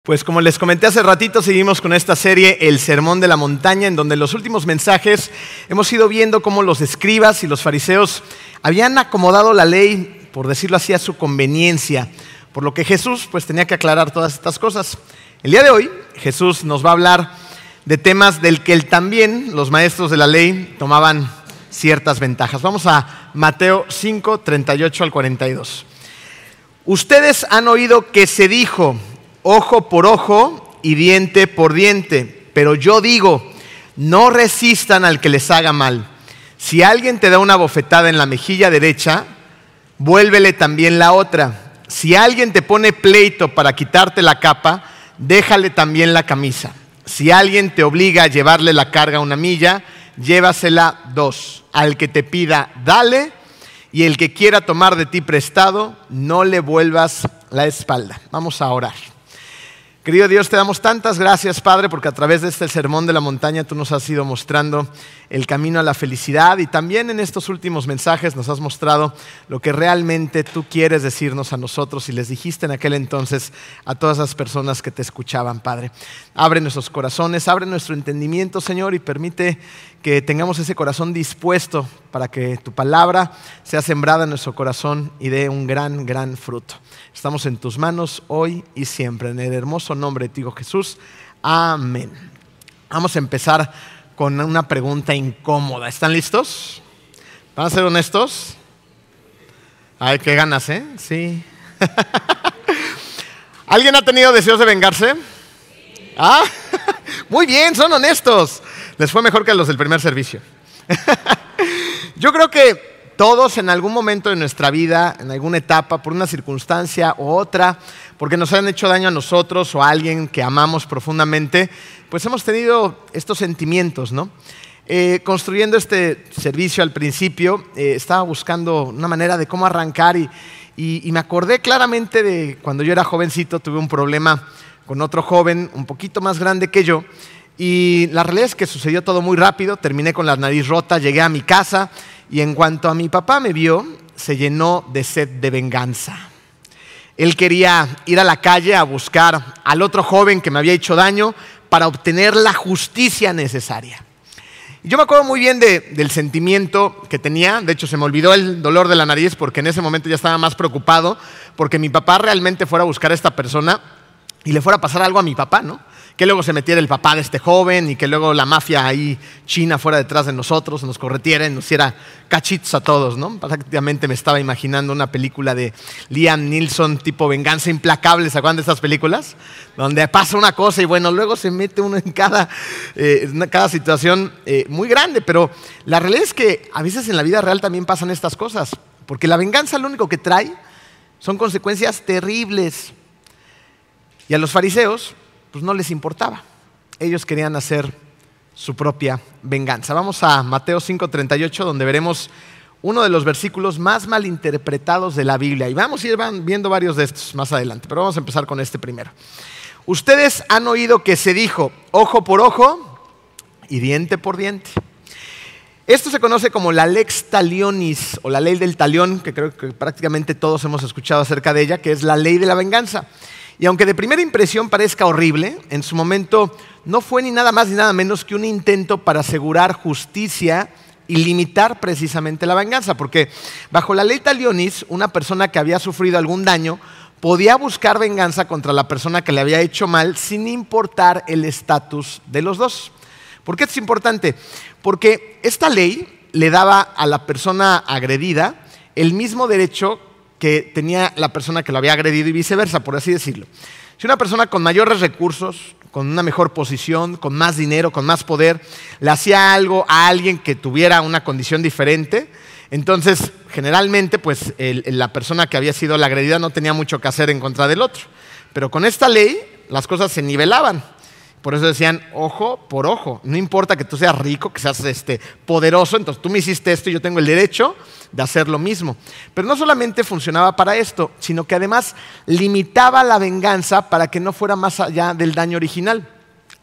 Pues como les comenté hace ratito, seguimos con esta serie El Sermón de la Montaña, en donde en los últimos mensajes hemos ido viendo cómo los escribas y los fariseos habían acomodado la ley, por decirlo así, a su conveniencia, por lo que Jesús pues tenía que aclarar todas estas cosas. El día de hoy Jesús nos va a hablar de temas del que también los maestros de la ley tomaban ciertas ventajas. Vamos a Mateo 5, 38 al 42. Ustedes han oído que se dijo: ojo por ojo y diente por diente. Pero yo digo, no resistan al que les haga mal. Si alguien te da una bofetada en la mejilla derecha, vuélvele también la otra. Si alguien te pone pleito para quitarte la capa, déjale también la camisa. Si alguien te obliga a llevarle la carga 1 milla, llévasela 2. Al que te pida, dale, y el que quiera tomar de ti prestado, no le vuelvas la espalda. Vamos a orar. Querido Dios, te damos tantas gracias, Padre, porque a través de este Sermón de la Montaña tú nos has ido mostrando el camino a la felicidad, y también en estos últimos mensajes nos has mostrado lo que realmente tú quieres decirnos a nosotros y les dijiste en aquel entonces a todas las personas que te escuchaban, Padre. Abre nuestros corazones, abre nuestro entendimiento, Señor, y permite que tengamos ese corazón dispuesto para que tu palabra sea sembrada en nuestro corazón y dé un gran, gran fruto. Estamos en tus manos hoy y siempre, en el hermoso nombre de ti, Jesús. Amén. Vamos a empezar con una pregunta incómoda. ¿Están listos? ¿Van a ser honestos? Ay, qué ganas, ¿eh? Sí. ¿Alguien ha tenido deseos de vengarse? ¿Ah? Muy bien, son honestos. Les fue mejor que a los del primer servicio. Yo creo que todos en algún momento de nuestra vida, en alguna etapa, por una circunstancia u otra, porque nos han hecho daño a nosotros o a alguien que amamos profundamente, pues hemos tenido estos sentimientos, ¿no? Construyendo este servicio al principio, estaba buscando una manera de cómo arrancar y me acordé claramente de cuando yo era jovencito, tuve un problema con otro joven un poquito más grande que yo, y la realidad es que sucedió todo muy rápido. Terminé con la nariz rota, llegué a mi casa y en cuanto a mi papá me vio, se llenó de sed de venganza. Él quería ir a la calle a buscar al otro joven que me había hecho daño para obtener la justicia necesaria. Y yo me acuerdo muy bien del sentimiento que tenía. De hecho, se me olvidó el dolor de la nariz porque en ese momento ya estaba más preocupado porque mi papá realmente fuera a buscar a esta persona y le fuera a pasar algo a mi papá, ¿no? Que luego se metiera el papá de este joven y que luego la mafia ahí china fuera detrás de nosotros, nos corretiera y nos hiciera cachitos a todos, ¿no? Prácticamente me estaba imaginando una película de Liam Neeson tipo Venganza Implacable. ¿Se acuerdan de estas películas? Donde pasa una cosa y bueno, luego se mete uno en cada situación muy grande. Pero la realidad es que a veces en la vida real también pasan estas cosas, porque la venganza lo único que trae son consecuencias terribles. Y a los fariseos pues no les importaba. Ellos querían hacer su propia venganza. Vamos a Mateo 5:38, donde veremos uno de los versículos más malinterpretados de la Biblia. Y vamos a ir viendo varios de estos más adelante, pero vamos a empezar con este primero. Ustedes han oído que se dijo: ojo por ojo y diente por diente. Esto se conoce como la lex talionis, o la ley del talión, que creo que prácticamente todos hemos escuchado acerca de ella, que es la ley de la venganza. Y aunque de primera impresión parezca horrible, en su momento no fue ni nada más ni nada menos que un intento para asegurar justicia y limitar precisamente la venganza. Porque bajo la ley talionis, una persona que había sufrido algún daño podía buscar venganza contra la persona que le había hecho mal sin importar el estatus de los dos. ¿Por qué esto es importante? Porque esta ley le daba a la persona agredida el mismo derecho que tenía la persona que lo había agredido y viceversa, por así decirlo. Si una persona con mayores recursos, con una mejor posición, con más dinero, con más poder, le hacía algo a alguien que tuviera una condición diferente, entonces generalmente pues la persona que había sido la agredida no tenía mucho que hacer en contra del otro. Pero con esta ley las cosas se nivelaban. Por eso decían ojo por ojo. No importa que tú seas rico, que seas poderoso, entonces tú me hiciste esto y yo tengo el derecho de hacer lo mismo. Pero no solamente funcionaba para esto, sino que además limitaba la venganza para que no fuera más allá del daño original.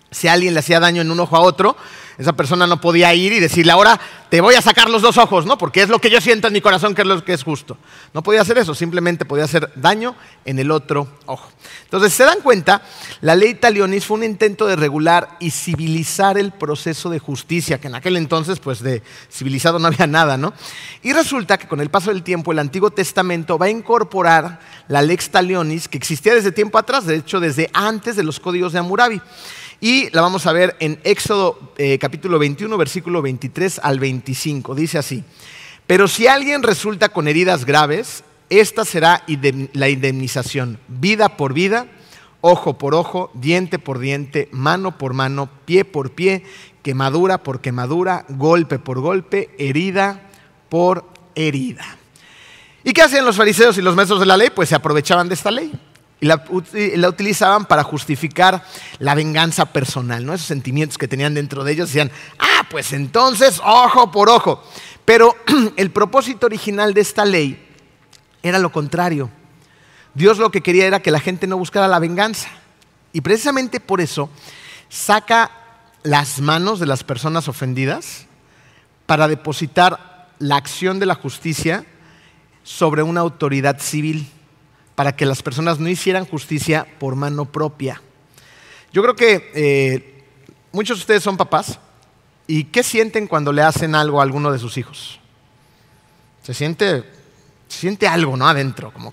Si alguien le hacía daño en un ojo a otro, esa persona no podía ir y decirle, ahora te voy a sacar los 2 ojos, ¿no? Porque es lo que yo siento en mi corazón que es lo que es justo. No podía hacer eso, simplemente podía hacer daño en el otro ojo. Entonces, ¿se dan cuenta? La ley talionis fue un intento de regular y civilizar el proceso de justicia, que en aquel entonces, pues de civilizado no había nada, ¿no? Y resulta que con el paso del tiempo, el Antiguo Testamento va a incorporar la lex talionis, que existía desde tiempo atrás, de hecho, desde antes de los códigos de Hammurabi. Y la vamos a ver en Éxodo capítulo 21, versículo 23 al 25. Dice así: pero si alguien resulta con heridas graves, esta será la indemnización: vida por vida, ojo por ojo, diente por diente, mano por mano, pie por pie, quemadura por quemadura, golpe por golpe, herida por herida. ¿Y qué hacían los fariseos y los maestros de la ley? Pues se aprovechaban de esta ley. Y la utilizaban para justificar la venganza personal, ¿no? Esos sentimientos que tenían dentro de ellos. Decían, pues entonces ojo por ojo. Pero el propósito original de esta ley era lo contrario. Dios lo que quería era que la gente no buscara la venganza. Y precisamente por eso saca las manos de las personas ofendidas para depositar la acción de la justicia sobre una autoridad civil, para que las personas no hicieran justicia por mano propia. Yo creo que muchos de ustedes son papás. ¿Y qué sienten cuando le hacen algo a alguno de sus hijos? Se siente algo, ¿no? Adentro, como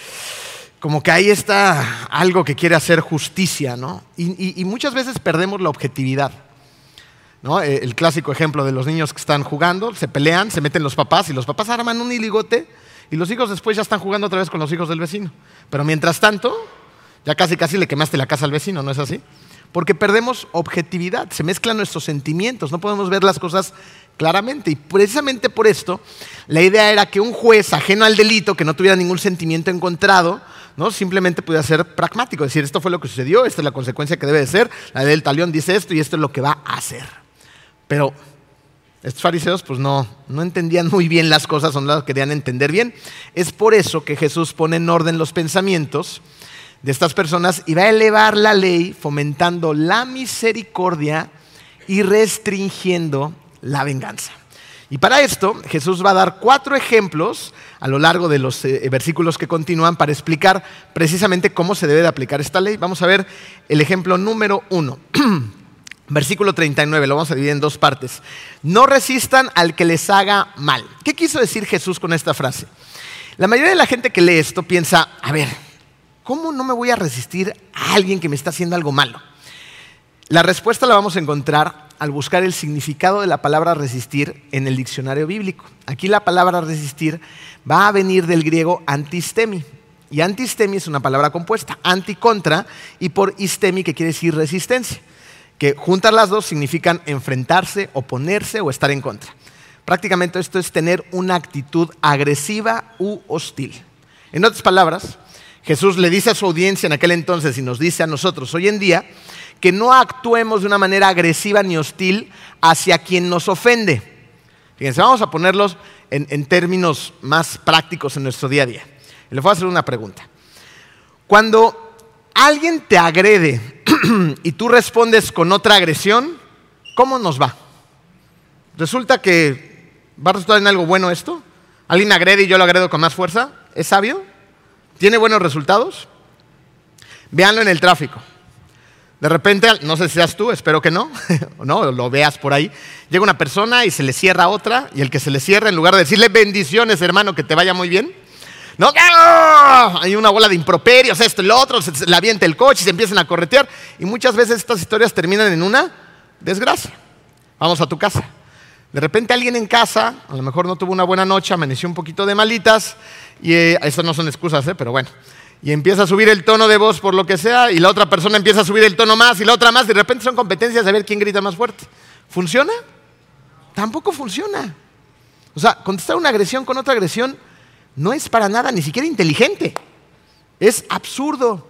que ahí está algo que quiere hacer justicia, ¿no? Y muchas veces perdemos la objetividad, ¿no? El clásico ejemplo de los niños que están jugando, se pelean, se meten los papás y los papás arman un ligote. Y los hijos después ya están jugando otra vez con los hijos del vecino. Pero mientras tanto, ya casi le quemaste la casa al vecino, ¿no es así? Porque perdemos objetividad, se mezclan nuestros sentimientos, no podemos ver las cosas claramente. Y precisamente por esto, la idea era que un juez ajeno al delito, que no tuviera ningún sentimiento encontrado, ¿no? Simplemente pudiera ser pragmático, decir, esto fue lo que sucedió, esta es la consecuencia que debe de ser, la ley del talión dice esto y esto es lo que va a hacer. Pero estos fariseos pues no entendían muy bien las cosas, o no las querían entender bien. Es por eso que Jesús pone en orden los pensamientos de estas personas y va a elevar la ley fomentando la misericordia y restringiendo la venganza. Y para esto Jesús va a dar 4 ejemplos a lo largo de los versículos que continúan para explicar precisamente cómo se debe de aplicar esta ley. Vamos a ver el ejemplo número 1. Versículo 39, lo vamos a dividir en 2 partes. No resistan al que les haga mal. ¿Qué quiso decir Jesús con esta frase? La mayoría de la gente que lee esto piensa, a ver, ¿cómo no me voy a resistir a alguien que me está haciendo algo malo? La respuesta la vamos a encontrar al buscar el significado de la palabra resistir en el diccionario bíblico. Aquí la palabra resistir va a venir del griego antistemi. Y antistemi es una palabra compuesta, anti contra, y por istemi, que quiere decir resistencia, que juntas las dos significan enfrentarse, oponerse o estar en contra. Prácticamente esto es tener una actitud agresiva u hostil. En otras palabras, Jesús le dice a su audiencia en aquel entonces y nos dice a nosotros hoy en día que no actuemos de una manera agresiva ni hostil hacia quien nos ofende. Fíjense, vamos a ponerlos en términos más prácticos en nuestro día a día. Y les voy a hacer una pregunta. Cuando alguien te agrede y tú respondes con otra agresión, ¿cómo nos va? ¿Resulta que va a resultar en algo bueno esto? ¿Alguien me agrede y yo lo agredo con más fuerza? ¿Es sabio? ¿Tiene buenos resultados? Véanlo en el tráfico. De repente, no sé si seas tú, espero que no, no, lo veas por ahí. Llega una persona y se le cierra otra, y el que se le cierra, en lugar de decirle bendiciones, hermano, que te vaya muy bien, ¿no? Hay una bola de improperios, esto y lo otro, se le avienta el coche y se empiezan a corretear. Y muchas veces estas historias terminan en una desgracia. Vamos a tu casa. De repente alguien en casa, a lo mejor no tuvo una buena noche, amaneció un poquito de malitas, y eso no son excusas, pero bueno. Y empieza a subir el tono de voz por lo que sea, y la otra persona empieza a subir el tono más, y la otra más, y de repente son competencias de ver quién grita más fuerte. ¿Funciona? Tampoco funciona. O sea, contestar una agresión con otra agresión no es para nada, ni siquiera inteligente. Es absurdo.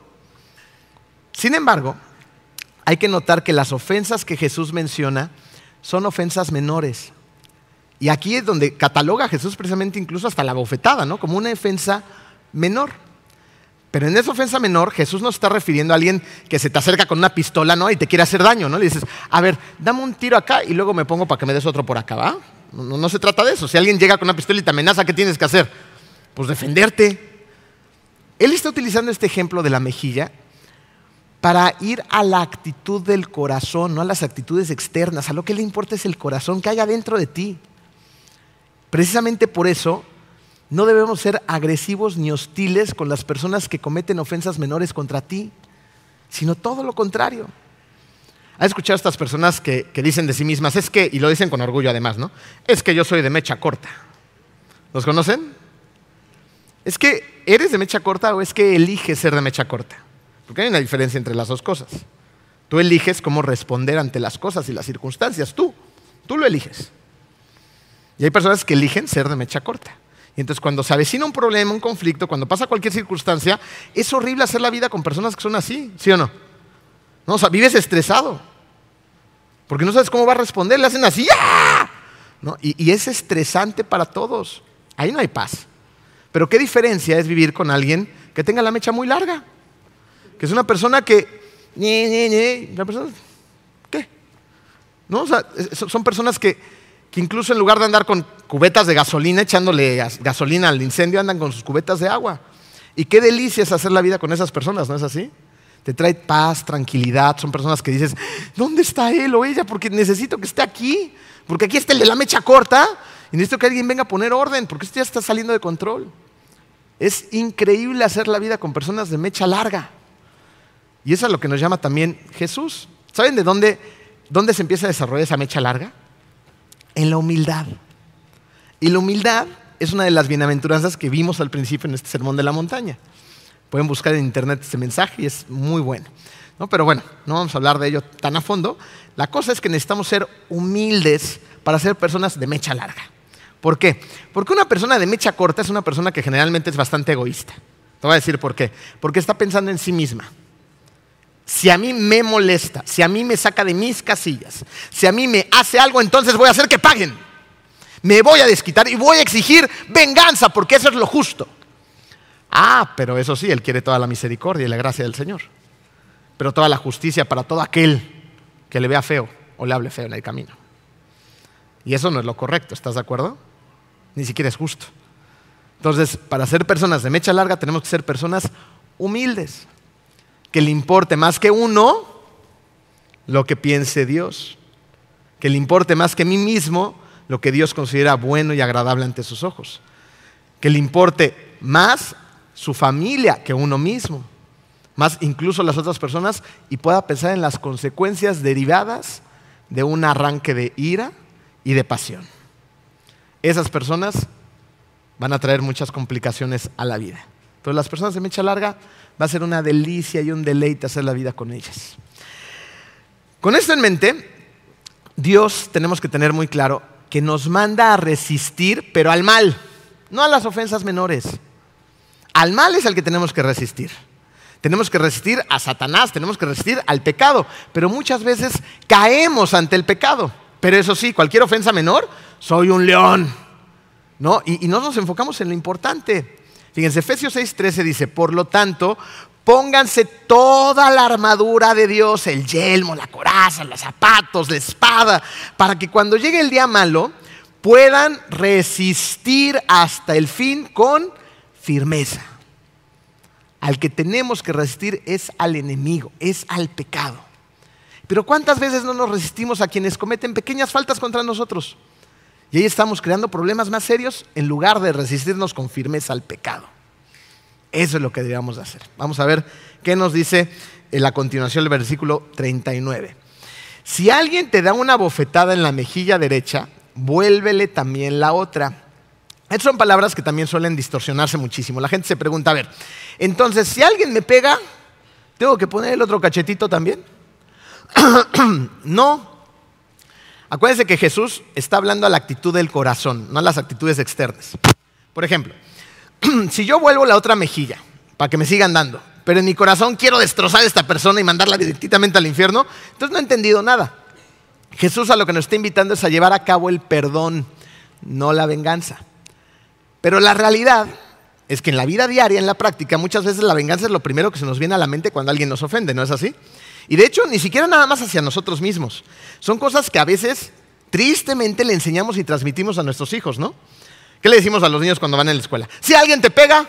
Sin embargo, hay que notar que las ofensas que Jesús menciona son ofensas menores. Y aquí es donde cataloga a Jesús precisamente incluso hasta la bofetada, ¿no? Como una ofensa menor. Pero en esa ofensa menor, Jesús no se está refiriendo a alguien que se te acerca con una pistola, ¿no? Y te quiere hacer daño, ¿no? Le dices, a ver, dame un tiro acá y luego me pongo para que me des otro por acá, ¿va? No se trata de eso. Si alguien llega con una pistola y te amenaza, ¿qué tienes que hacer? Pues defenderte. Él está utilizando este ejemplo de la mejilla para ir a la actitud del corazón, no a las actitudes externas. A lo que le importa es el corazón que hay adentro de ti. Precisamente por eso no debemos ser agresivos ni hostiles con las personas que cometen ofensas menores contra ti, sino todo lo contrario. ¿Has escuchado a estas personas que dicen de sí mismas, es que, y lo dicen con orgullo además, ¿no? Es que yo soy de mecha corta. ¿Los conocen? ¿Es que eres de mecha corta o es que eliges ser de mecha corta? Porque hay una diferencia entre las dos cosas. Tú eliges cómo responder ante las cosas y las circunstancias. Tú lo eliges. Y hay personas que eligen ser de mecha corta. Y entonces cuando se avecina un problema, un conflicto, cuando pasa cualquier circunstancia, es horrible hacer la vida con personas que son así, ¿sí o no? No, o sea, vives estresado. Porque no sabes cómo va a responder, le hacen así, ¡ah! ¿No? Y es estresante para todos. Ahí no hay paz. Pero qué diferencia es vivir con alguien que tenga la mecha muy larga. Que es una persona que, una persona, ¿qué? ¿No? O sea, son personas que incluso en lugar de andar con cubetas de gasolina, echándole gasolina al incendio, andan con sus cubetas de agua. Y qué delicia es hacer la vida con esas personas, ¿no es así? Te trae paz, tranquilidad, son personas que dices, ¿dónde está él o ella? Porque necesito que esté aquí, porque aquí está el de la mecha corta y necesito que alguien venga a poner orden, porque esto ya está saliendo de control. Es increíble hacer la vida con personas de mecha larga. Y eso es lo que nos llama también Jesús. ¿Saben de dónde se empieza a desarrollar esa mecha larga? En la humildad. Y la humildad es una de las bienaventuranzas que vimos al principio en este sermón de la montaña. Pueden buscar en internet este mensaje y es muy bueno. ¿No? Pero bueno, no vamos a hablar de ello tan a fondo. La cosa es que necesitamos ser humildes para ser personas de mecha larga. ¿Por qué? Porque una persona de mecha corta es una persona que generalmente es bastante egoísta. Te voy a decir por qué. Porque está pensando en sí misma. Si a mí me molesta, si a mí me saca de mis casillas, si a mí me hace algo, entonces voy a hacer que paguen. Me voy a desquitar y voy a exigir venganza porque eso es lo justo. Pero eso sí, Él quiere toda la misericordia y la gracia del Señor. Pero toda la justicia para todo aquel que le vea feo o le hable feo en el camino. Y eso no es lo correcto, ¿estás de acuerdo? Ni siquiera es justo. Entonces, para ser personas de mecha larga tenemos que ser personas humildes. Que le importe más que uno lo que piense Dios. Que le importe más que mí mismo lo que Dios considera bueno y agradable ante sus ojos. Que le importe más su familia que uno mismo. Más incluso las otras personas y pueda pensar en las consecuencias derivadas de un arranque de ira y de pasión. Esas personas van a traer muchas complicaciones a la vida. Entonces las personas de mecha larga va a ser una delicia y un deleite hacer la vida con ellas. Con esto en mente, Dios tenemos que tener muy claro que nos manda a resistir, pero al mal, no a las ofensas menores. Al mal es al que tenemos que resistir. Tenemos que resistir a Satanás, tenemos que resistir al pecado, pero muchas veces caemos ante el pecado. Pero eso sí, cualquier ofensa menor, soy un león, ¿no? Y no nos enfocamos en lo importante. Fíjense, Efesios 6:13 dice, por lo tanto, pónganse toda la armadura de Dios, el yelmo, la coraza, los zapatos, la espada, para que cuando llegue el día malo puedan resistir hasta el fin con firmeza. Al que tenemos que resistir es al enemigo, es al pecado. Pero ¿cuántas veces no nos resistimos a quienes cometen pequeñas faltas contra nosotros? Y ahí estamos creando problemas más serios en lugar de resistirnos con firmeza al pecado. Eso es lo que deberíamos hacer. Vamos a ver qué nos dice en la continuación del versículo 39. Si alguien te da una bofetada en la mejilla derecha, vuélvele también la otra. Estas son palabras que también suelen distorsionarse muchísimo. La gente se pregunta, a ver, entonces si alguien me pega, ¿tengo que poner el otro cachetito también? No. Acuérdense que Jesús está hablando a la actitud del corazón, no a las actitudes externas. Por ejemplo, si yo vuelvo la otra mejilla para que me sigan dando, pero en mi corazón quiero destrozar a esta persona y mandarla directamente al infierno, entonces no he entendido nada. Jesús a lo que nos está invitando es a llevar a cabo el perdón, no la venganza. Pero la realidad es que en la vida diaria, en la práctica, muchas veces la venganza es lo primero que se nos viene a la mente cuando alguien nos ofende, ¿no es así? Y de hecho, ni siquiera nada más hacia nosotros mismos. Son cosas que a veces, tristemente, le enseñamos y transmitimos a nuestros hijos, ¿no? ¿Qué le decimos a los niños cuando van a la escuela? Si alguien te pega,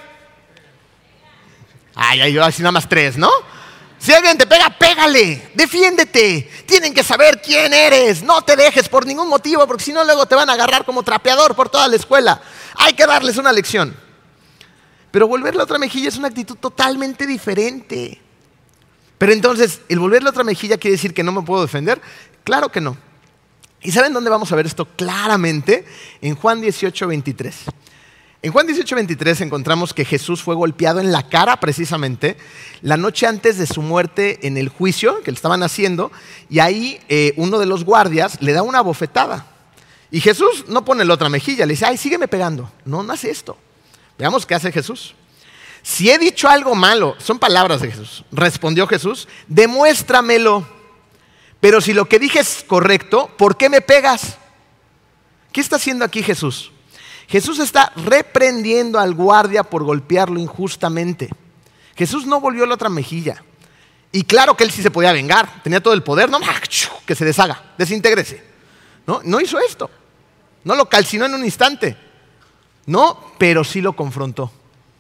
yo así nada más 3, ¿no? Si alguien te pega, pégale, defiéndete. Tienen que saber quién eres. No te dejes por ningún motivo, porque si no luego te van a agarrar como trapeador por toda la escuela. Hay que darles una lección. Pero volver la otra mejilla es una actitud totalmente diferente. Pero entonces, ¿el volver la otra mejilla quiere decir que no me puedo defender? Claro que no. ¿Y saben dónde vamos a ver esto claramente? En Juan 18:23. En Juan 18:23 encontramos que Jesús fue golpeado en la cara precisamente la noche antes de su muerte en el juicio que le estaban haciendo, y ahí uno de los guardias le da una bofetada. Y Jesús no pone la otra mejilla, le dice, ay, sígueme pegando. No hace esto. Veamos qué hace Jesús. Si he dicho algo malo, son palabras de Jesús. Respondió Jesús, demuéstramelo. Pero si lo que dije es correcto, ¿por qué me pegas? ¿Qué está haciendo aquí Jesús? Jesús está reprendiendo al guardia por golpearlo injustamente. Jesús no volvió la otra mejilla. Y claro que él sí se podía vengar, tenía todo el poder, no, que se deshaga, desintégrese. No hizo esto, no lo calcinó en un instante. No, pero sí lo confrontó.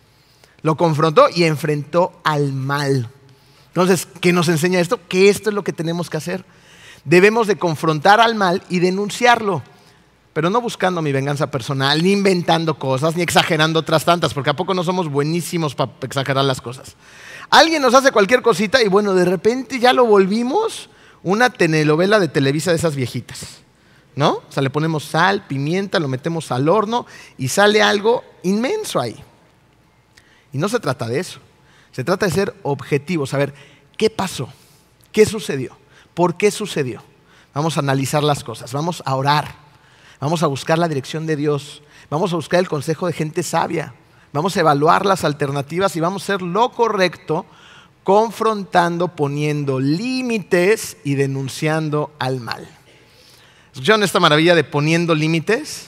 Lo confrontó y enfrentó al mal. Entonces, ¿qué nos enseña esto? Que esto es lo que tenemos que hacer. Debemos de confrontar al mal y denunciarlo. Pero no buscando mi venganza personal, ni inventando cosas, ni exagerando otras tantas, porque ¿a poco no somos buenísimos para exagerar las cosas? Alguien nos hace cualquier cosita y bueno, de repente ya lo volvimos una telenovela de Televisa de esas viejitas, ¿no? O sea, le ponemos sal, pimienta, lo metemos al horno y sale algo inmenso ahí. Y no se trata de eso. Se trata de ser objetivos, saber qué pasó, qué sucedió, por qué sucedió. Vamos a analizar las cosas, vamos a orar. Vamos a buscar la dirección de Dios. Vamos a buscar el consejo de gente sabia. Vamos a evaluar las alternativas y vamos a hacer lo correcto, confrontando, poniendo límites y denunciando al mal. ¿Escucharon esta maravilla de poniendo límites?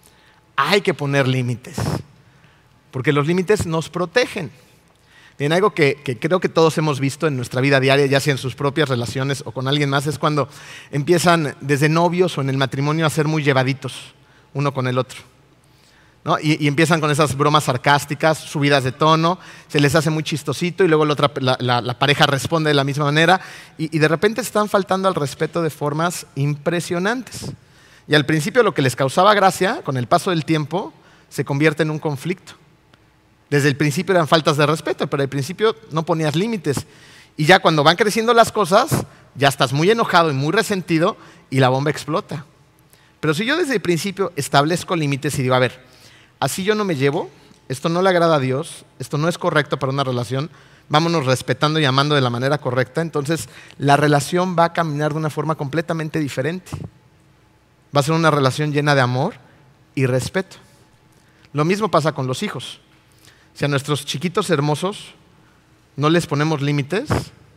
Hay que poner límites, porque los límites nos protegen. Bien, algo que creo que todos hemos visto en nuestra vida diaria, ya sea en sus propias relaciones o con alguien más, es cuando empiezan desde novios o en el matrimonio a ser muy llevaditos uno con el otro, ¿no? Y empiezan con esas bromas sarcásticas, subidas de tono, se les hace muy chistosito y luego la pareja responde de la misma manera y de repente están faltando al respeto de formas impresionantes. Y al principio lo que les causaba gracia, con el paso del tiempo, se convierte en un conflicto. Desde el principio eran faltas de respeto, pero al principio no ponías límites. Y ya cuando van creciendo las cosas, ya estás muy enojado y muy resentido y la bomba explota. Pero si yo desde el principio establezco límites y digo, a ver, así yo no me llevo, esto no le agrada a Dios, esto no es correcto para una relación, vámonos respetando y amando de la manera correcta, entonces la relación va a caminar de una forma completamente diferente. Va a ser una relación llena de amor y respeto. Lo mismo pasa con los hijos. Si a nuestros chiquitos hermosos no les ponemos límites,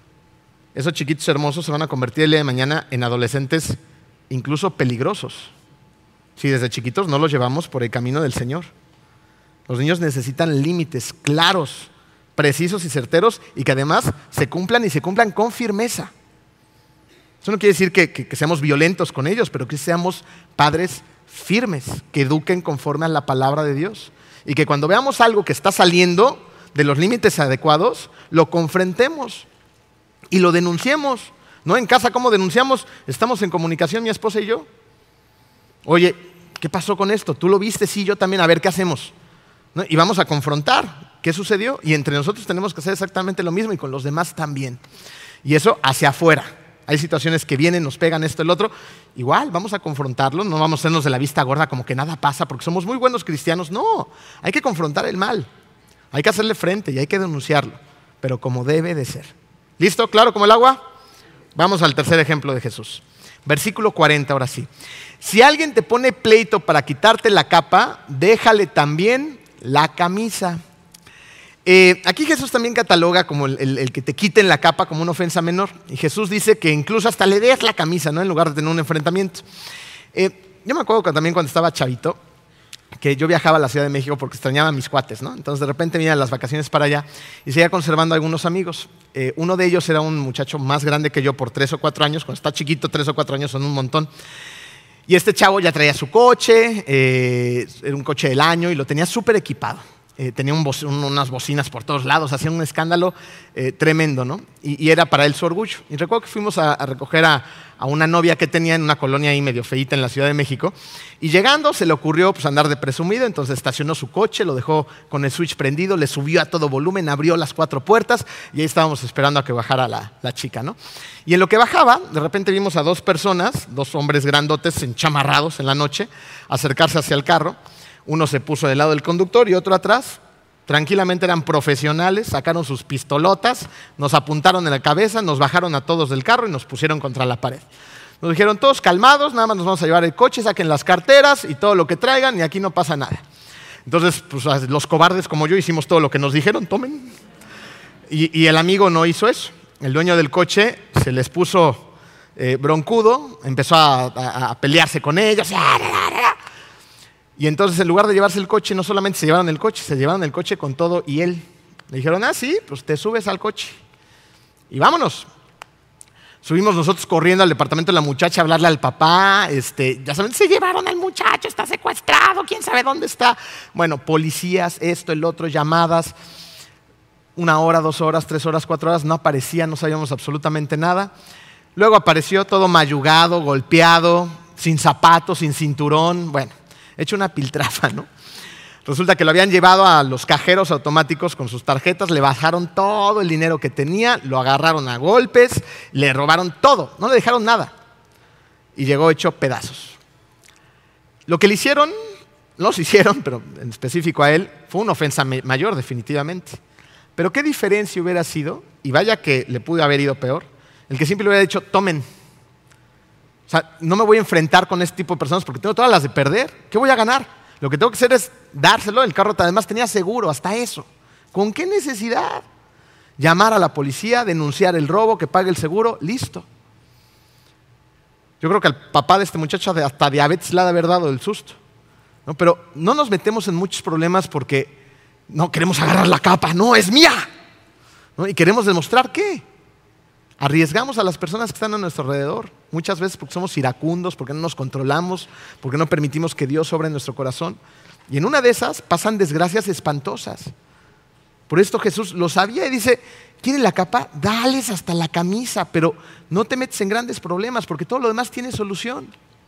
esos chiquitos hermosos se van a convertir el día de mañana en adolescentes incluso peligrosos. Si desde chiquitos no los llevamos por el camino del Señor. Los niños necesitan límites claros, precisos y certeros y que además se cumplan y se cumplan con firmeza. Eso no quiere decir que seamos violentos con ellos, pero que seamos padres firmes, que eduquen conforme a la palabra de Dios. Y que cuando veamos algo que está saliendo de los límites adecuados, lo confrontemos y lo denunciemos. ¿No? En casa, ¿cómo denunciamos? Estamos en comunicación mi esposa y yo. Oye, ¿qué pasó con esto? ¿Tú lo viste? Sí, yo también. A ver, ¿qué hacemos? ¿No? Y vamos a confrontar qué sucedió. Y entre nosotros tenemos que hacer exactamente lo mismo y con los demás también. Y eso hacia afuera. Hay situaciones que vienen, nos pegan esto, el otro. Igual, vamos a confrontarlo. No vamos a hacernos de la vista gorda como que nada pasa porque somos muy buenos cristianos. No, hay que confrontar el mal. Hay que hacerle frente y hay que denunciarlo. Pero como debe de ser. ¿Listo? ¿Claro como el agua? Vamos al tercer ejemplo de Jesús. Versículo 40, ahora sí. Si alguien te pone pleito para quitarte la capa, déjale también la camisa. Aquí Jesús también cataloga como el que te quiten la capa como una ofensa menor. Y Jesús dice que incluso hasta le des la camisa, ¿no? En lugar de tener un enfrentamiento. Yo me acuerdo también cuando estaba chavito, que yo viajaba a la Ciudad de México porque extrañaba a mis cuates, ¿no? Entonces de repente venía las vacaciones para allá y seguía conservando algunos amigos. Uno de ellos era un muchacho más grande que yo por 3 o 4 años. Cuando está chiquito, 3 o 4 años son un montón. Y este chavo ya traía su coche, era un coche del año y lo tenía súper equipado. Tenía unas bocinas por todos lados, hacía un escándalo tremendo, ¿no? Y era para él su orgullo. Y recuerdo que fuimos a recoger a una novia que tenía en una colonia ahí medio feíta en la Ciudad de México. Y llegando se le ocurrió pues, andar de presumido, entonces estacionó su coche, lo dejó con el switch prendido, le subió a todo volumen, abrió las 4 puertas y ahí estábamos esperando a que bajara la chica, ¿no? Y en lo que bajaba, de repente vimos a 2 personas, 2 hombres grandotes enchamarrados en la noche, acercarse hacia el carro. Uno se puso del lado del conductor y otro atrás. Tranquilamente eran profesionales, sacaron sus pistolotas, nos apuntaron en la cabeza, nos bajaron a todos del carro y nos pusieron contra la pared. Nos dijeron, todos calmados, nada más nos vamos a llevar el coche, saquen las carteras y todo lo que traigan y aquí no pasa nada. Entonces, pues, los cobardes como yo hicimos todo lo que nos dijeron, tomen. Y el amigo no hizo eso. El dueño del coche se les puso broncudo, empezó a pelearse con ellos. Y entonces, en lugar de llevarse el coche, no solamente se llevaron el coche, se llevaron el coche con todo y él. Le dijeron, sí, pues te subes al coche. Y vámonos. Subimos nosotros corriendo al departamento de la muchacha a hablarle al papá. Ya saben, se llevaron al muchacho, está secuestrado, quién sabe dónde está. Bueno, policías, esto, el otro, llamadas. 1 hora, 2 horas, 3 horas, 4 horas, no aparecía, no sabíamos absolutamente nada. Luego apareció todo mayugado, golpeado, sin zapatos, sin cinturón, bueno. Hecho una piltrafa, ¿no? Resulta que lo habían llevado a los cajeros automáticos con sus tarjetas, le bajaron todo el dinero que tenía, lo agarraron a golpes, le robaron todo, no le dejaron nada. Y llegó hecho pedazos. Lo que le hicieron, los hicieron, pero en específico a él, fue una ofensa mayor definitivamente. Pero qué diferencia hubiera sido, y vaya que le pudo haber ido peor, el que siempre le hubiera dicho, tomen. O sea, no me voy a enfrentar con este tipo de personas porque tengo todas las de perder. ¿Qué voy a ganar? Lo que tengo que hacer es dárselo. El carro además tenía seguro, hasta eso. ¿Con qué necesidad? Llamar a la policía, denunciar el robo, que pague el seguro, listo. Yo creo que al papá de este muchacho hasta diabetes le ha de haber dado el susto, ¿no? Pero no nos metemos en muchos problemas porque no queremos agarrar la capa. No, es mía, ¿no? Y queremos demostrar ¿qué? Arriesgamos a las personas que están a nuestro alrededor, muchas veces porque somos iracundos, porque no nos controlamos, porque no permitimos que Dios obre en nuestro corazón. Y en una de esas pasan desgracias espantosas. Por esto Jesús lo sabía y dice, ¿quieren la capa? Dales hasta la camisa, pero no te metes en grandes problemas porque todo lo demás tiene solución.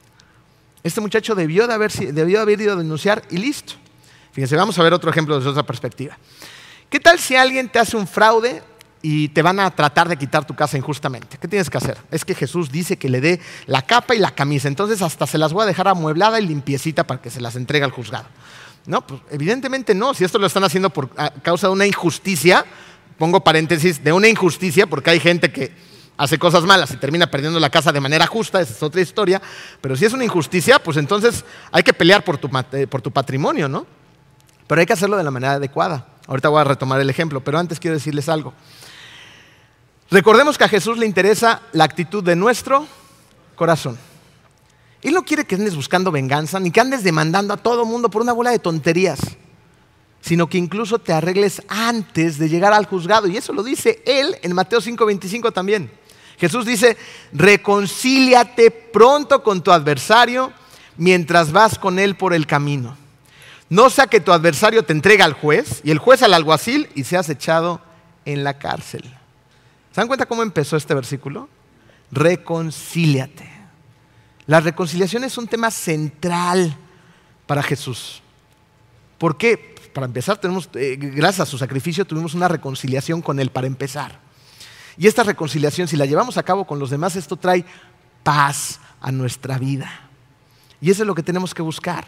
Este muchacho debió de haber ido a denunciar y listo. Fíjense, vamos a ver otro ejemplo desde otra perspectiva. ¿Qué tal si alguien te hace un fraude y te van a tratar de quitar tu casa injustamente? ¿Qué tienes que hacer? Es que Jesús dice que le dé la capa y la camisa, entonces hasta se las voy a dejar amueblada y limpiecita para que se las entregue al juzgado. No, pues evidentemente no. Si esto lo están haciendo por causa de una injusticia, pongo paréntesis, de una injusticia, porque hay gente que hace cosas malas y termina perdiendo la casa de manera justa, esa es otra historia, pero si es una injusticia, pues entonces hay que pelear por tu patrimonio, ¿no? Pero hay que hacerlo de la manera adecuada. Ahorita voy a retomar el ejemplo, pero antes quiero decirles algo. Recordemos que a Jesús le interesa la actitud de nuestro corazón. Él no quiere que andes buscando venganza, ni que andes demandando a todo mundo por una bola de tonterías, sino que incluso te arregles antes de llegar al juzgado. Y eso lo dice Él en Mateo 5:25 también. Jesús dice, reconcíliate pronto con tu adversario mientras vas con él por el camino. No sea que tu adversario te entregue al juez y el juez al alguacil y seas echado en la cárcel. ¿Se dan cuenta cómo empezó este versículo? Reconcíliate. La reconciliación es un tema central para Jesús. ¿Por qué? Para empezar, gracias a su sacrificio, tuvimos una reconciliación con Él para empezar. Y esta reconciliación, si la llevamos a cabo con los demás, esto trae paz a nuestra vida. Y eso es lo que tenemos que buscar.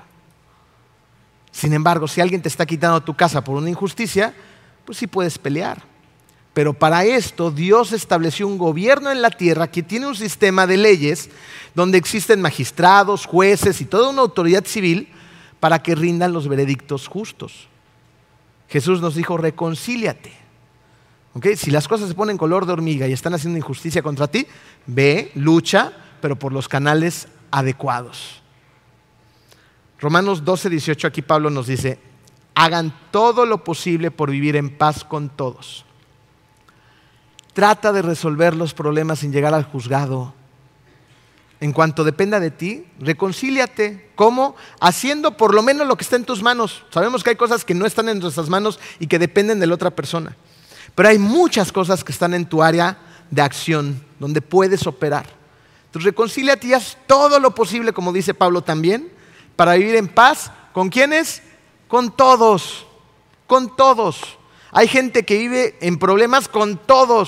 Sin embargo, si alguien te está quitando tu casa por una injusticia, pues sí puedes pelear. Pero para esto Dios estableció un gobierno en la tierra que tiene un sistema de leyes donde existen magistrados, jueces y toda una autoridad civil para que rindan los veredictos justos. Jesús nos dijo, reconcíliate. ¿Okay? Si las cosas se ponen color de hormiga y están haciendo injusticia contra ti, ve, lucha, pero por los canales adecuados. Romanos 12:18, aquí Pablo nos dice: hagan todo lo posible por vivir en paz con todos. Trata de resolver los problemas sin llegar al juzgado. En cuanto dependa de ti, reconcíliate. ¿Cómo? Haciendo por lo menos lo que está en tus manos. Sabemos que hay cosas que no están en nuestras manos y que dependen de la otra persona. Pero hay muchas cosas que están en tu área de acción, donde puedes operar. Entonces reconcíliate y haz todo lo posible, como dice Pablo también, para vivir en paz. ¿Con quiénes? Con todos. Con todos. Hay gente que vive en problemas con todos.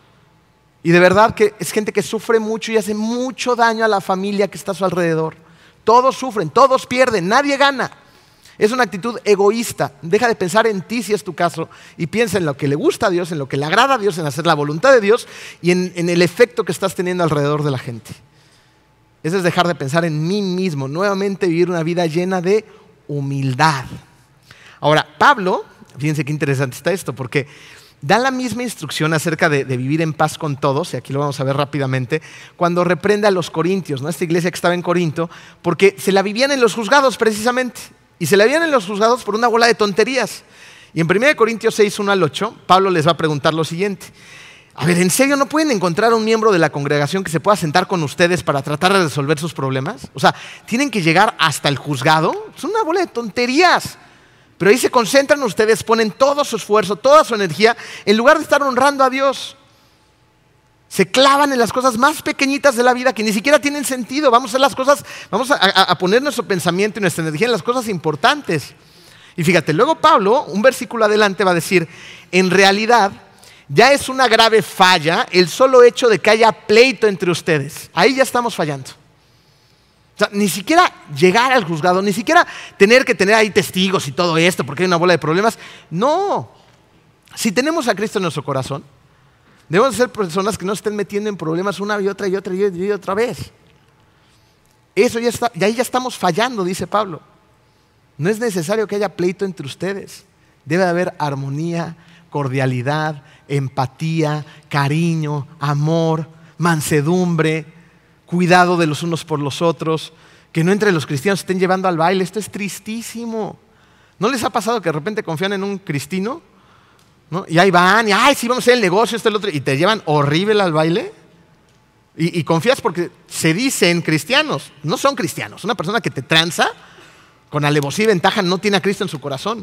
Y de verdad que es gente que sufre mucho y hace mucho daño a la familia que está a su alrededor. Todos sufren, todos pierden, nadie gana. Es una actitud egoísta. Deja de pensar en ti si es tu caso y piensa en lo que le gusta a Dios, en lo que le agrada a Dios, en hacer la voluntad de Dios y en el efecto que estás teniendo alrededor de la gente. Eso es dejar de pensar en mí mismo, nuevamente vivir una vida llena de humildad. Ahora, Pablo, fíjense qué interesante está esto, porque da la misma instrucción acerca de vivir en paz con todos, y aquí lo vamos a ver rápidamente, cuando reprende a los corintios, ¿no? Esta iglesia que estaba en Corinto, porque se la vivían en los juzgados precisamente, y se la vivían en los juzgados por una bola de tonterías. Y en 1 Corintios 6, 1 al 8, Pablo les va a preguntar lo siguiente: a ver, ¿en serio no pueden encontrar a un miembro de la congregación que se pueda sentar con ustedes para tratar de resolver sus problemas? O sea, ¿tienen que llegar hasta el juzgado? Es una bola de tonterías. Pero ahí se concentran ustedes, ponen todo su esfuerzo, toda su energía, en lugar de estar honrando a Dios. Se clavan en las cosas más pequeñitas de la vida que ni siquiera tienen sentido. Vamos a hacer las cosas, vamos a poner nuestro pensamiento y nuestra energía en las cosas importantes. Y fíjate, luego Pablo, un versículo adelante, va a decir: en realidad ya es una grave falla el solo hecho de que haya pleito entre ustedes. Ahí ya estamos fallando. O sea, ni siquiera llegar al juzgado, ni siquiera tener que tener ahí testigos y todo esto porque hay una bola de problemas. No. Si tenemos a Cristo en nuestro corazón, debemos ser personas que no estén metiendo en problemas una y otra y otra y otra vez. Eso ya está, y ahí ya estamos fallando, dice Pablo. No es necesario que haya pleito entre ustedes. Debe haber armonía, cordialidad, empatía, cariño, amor, mansedumbre, cuidado de los unos por los otros, que no entre los cristianos se estén llevando al baile. Esto es tristísimo. ¿No les ha pasado que de repente confían en un cristino, ¿no? Y ahí van, y ay, sí, vamos a hacer el negocio, esto, el otro, y te llevan horrible al baile? Y confías porque se dicen cristianos, no son cristianos. Una persona que te tranza con alevosía y ventaja no tiene a Cristo en su corazón.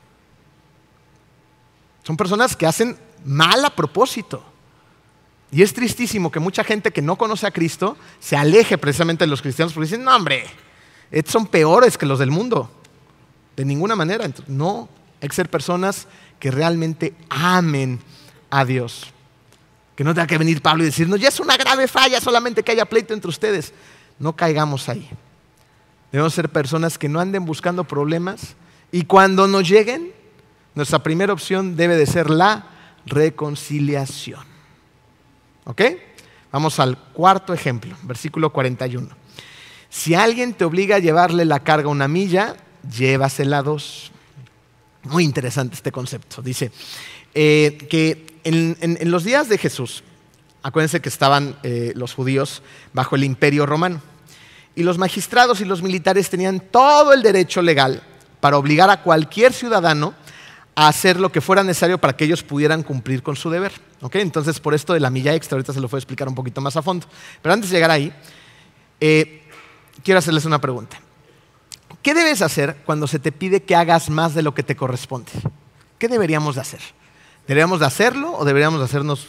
Son personas que hacen mal a propósito. Y es tristísimo que mucha gente que no conoce a Cristo se aleje precisamente de los cristianos porque dicen: no, hombre, estos son peores que los del mundo. De ninguna manera. Entonces, no, hay que ser personas que realmente amen a Dios. Que no tenga que venir Pablo y decirnos: ya es una grave falla solamente que haya pleito entre ustedes. No caigamos ahí. Debemos ser personas que no anden buscando problemas y cuando nos lleguen, nuestra primera opción debe de ser la reconciliación. ¿Ok? Vamos al cuarto ejemplo, versículo 41. Si alguien te obliga a llevarle la carga 1 milla, llévasela 2. Muy interesante este concepto. Dice que en los días de Jesús, acuérdense que estaban los judíos bajo el imperio romano. Y los magistrados y los militares tenían todo el derecho legal para obligar a cualquier ciudadano a hacer lo que fuera necesario para que ellos pudieran cumplir con su deber. ¿Okay? Entonces, por esto de la milla extra, ahorita se lo voy a explicar un poquito más a fondo. Pero antes de llegar ahí, quiero hacerles una pregunta. ¿Qué debes hacer cuando se te pide que hagas más de lo que te corresponde? ¿Qué deberíamos de hacer? ¿Deberíamos de hacerlo o deberíamos de hacernos?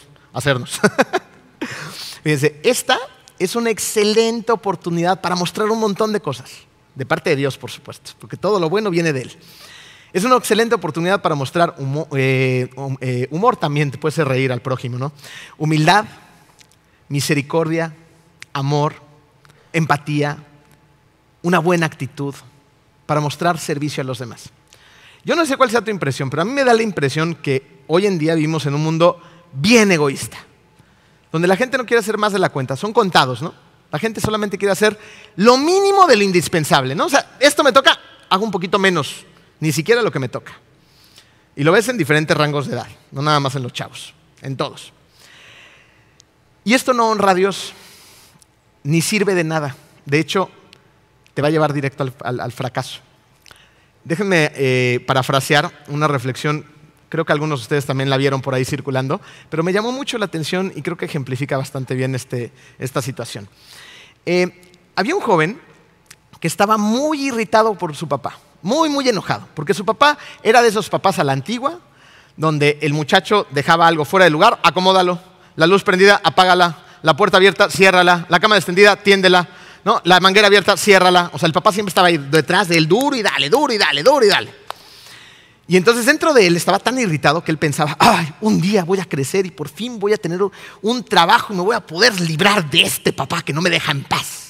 Fíjense, esta es una excelente oportunidad para mostrar un montón de cosas. De parte de Dios, por supuesto, porque todo lo bueno viene de Él. Es una excelente oportunidad para mostrar humor también, te puedes hacer reír al prójimo, ¿no? Humildad, misericordia, amor, empatía, una buena actitud para mostrar servicio a los demás. Yo no sé cuál sea tu impresión, pero a mí me da la impresión que hoy en día vivimos en un mundo bien egoísta, donde la gente no quiere hacer más de la cuenta, son contados, ¿no? La gente solamente quiere hacer lo mínimo de lo indispensable, ¿no? O sea, esto me toca, hago un poquito menos. Ni siquiera lo que me toca. Y lo ves en diferentes rangos de edad, no nada más en los chavos, en todos. Y esto no honra a Dios, ni sirve de nada. De hecho, te va a llevar directo al fracaso. Déjenme parafrasear una reflexión, creo que algunos de ustedes también la vieron por ahí circulando, pero me llamó mucho la atención y creo que ejemplifica bastante bien esta situación. Había un joven que estaba muy irritado por su papá, muy, muy enojado, porque su papá era de esos papás a la antigua, donde el muchacho dejaba algo fuera de lugar, acomódalo, la luz prendida, apágala, la puerta abierta, ciérrala, la cama extendida, tiéndela, ¿no? La manguera abierta, ciérrala. O sea, el papá siempre estaba ahí detrás de él, duro y dale, duro y dale, duro y dale. Y entonces dentro de él estaba tan irritado que él pensaba, ay, un día voy a crecer y por fin voy a tener un trabajo y me voy a poder librar de este papá que no me deja en paz.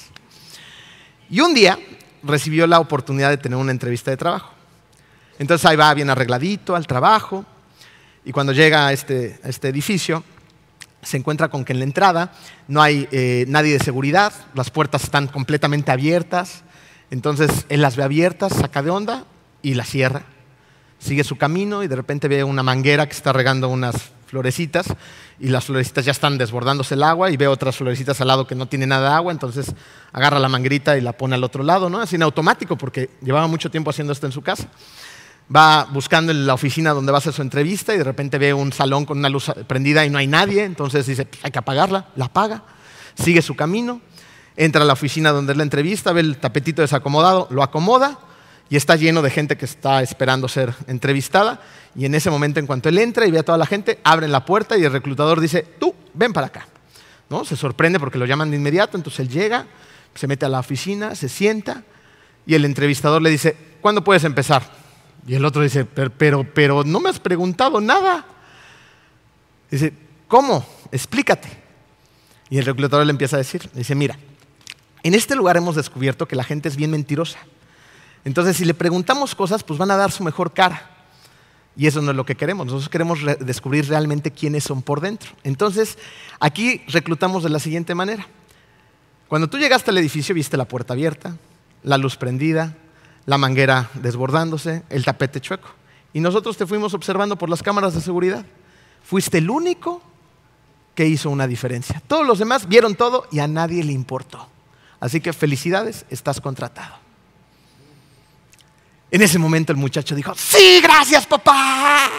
Y un día recibió la oportunidad de tener una entrevista de trabajo. Entonces ahí va bien arregladito al trabajo y cuando llega a este edificio se encuentra con que en la entrada no hay nadie de seguridad, las puertas están completamente abiertas, entonces él las ve abiertas, saca de onda y las cierra. Sigue su camino y de repente ve una manguera que está regando unas florecitas y las florecitas ya están desbordándose el agua y ve otras florecitas al lado que no tiene nada de agua, entonces agarra la manguerita y la pone al otro lado, ¿no? Así en automático porque llevaba mucho tiempo haciendo esto en su casa. Va buscando en la oficina donde va a hacer su entrevista y de repente ve un salón con una luz prendida y no hay nadie, entonces dice, hay que apagarla, la apaga, sigue su camino, entra a la oficina donde es la entrevista, ve el tapetito desacomodado, lo acomoda y está lleno de gente que está esperando ser entrevistada y en ese momento en cuanto él entra y ve a toda la gente, abren la puerta y el reclutador dice, tú, ven para acá, ¿no? Se sorprende porque lo llaman de inmediato, entonces él llega, se mete a la oficina, se sienta y el entrevistador le dice, ¿cuándo puedes empezar? Y el otro dice, pero no me has preguntado nada. Dice, ¿cómo? Explícate. Y el reclutador le empieza a decir, dice, mira, en este lugar hemos descubierto que la gente es bien mentirosa. Entonces, si le preguntamos cosas, pues van a dar su mejor cara. Y eso no es lo que queremos. Nosotros queremos descubrir realmente quiénes son por dentro. Entonces, aquí reclutamos de la siguiente manera. Cuando tú llegaste al edificio, viste la puerta abierta, la luz prendida, la manguera desbordándose, el tapete chueco. Y nosotros te fuimos observando por las cámaras de seguridad. Fuiste el único que hizo una diferencia. Todos los demás vieron todo y a nadie le importó. Así que felicidades, estás contratado. En ese momento el muchacho dijo, ¡sí, gracias, papá!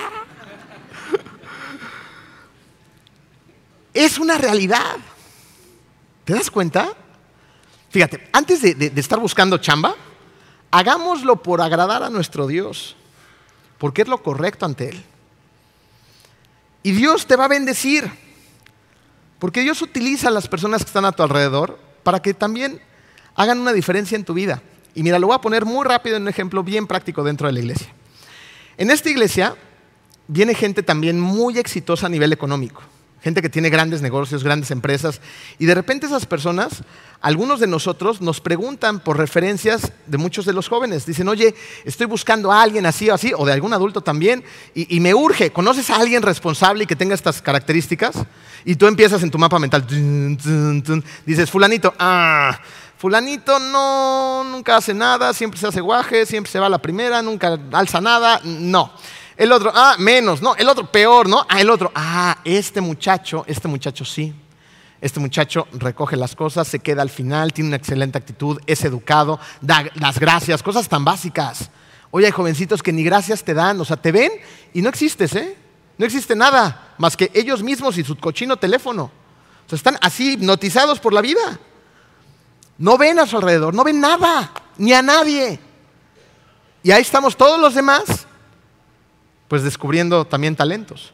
Es una realidad. ¿Te das cuenta? Fíjate, antes de estar buscando chamba, hagámoslo por agradar a nuestro Dios, porque es lo correcto ante Él. Y Dios te va a bendecir, porque Dios utiliza a las personas que están a tu alrededor para que también hagan una diferencia en tu vida. Y mira, lo voy a poner muy rápido en un ejemplo bien práctico dentro de la iglesia. En esta iglesia viene gente también muy exitosa a nivel económico. Gente que tiene grandes negocios, grandes empresas. Y de repente esas personas, algunos de nosotros nos preguntan por referencias de muchos de los jóvenes. Dicen, oye, estoy buscando a alguien así o así, o de algún adulto también, y me urge. ¿Conoces a alguien responsable y que tenga estas características? Y tú empiezas en tu mapa mental. Dices, fulanito, fulanito no, nunca hace nada, siempre se hace guaje, siempre se va a la primera, nunca alza nada, no. El otro, menos, no, el otro peor, ¿no? El otro, este muchacho sí. Este muchacho recoge las cosas, se queda al final, tiene una excelente actitud, es educado, da las gracias, cosas tan básicas. Oye, hay jovencitos que ni gracias te dan, o sea, te ven y no existes, ¿eh? No existe nada más que ellos mismos y su cochino teléfono. O sea, están así hipnotizados por la vida. No ven a su alrededor, no ven nada, ni a nadie. Y ahí estamos todos los demás, pues descubriendo también talentos.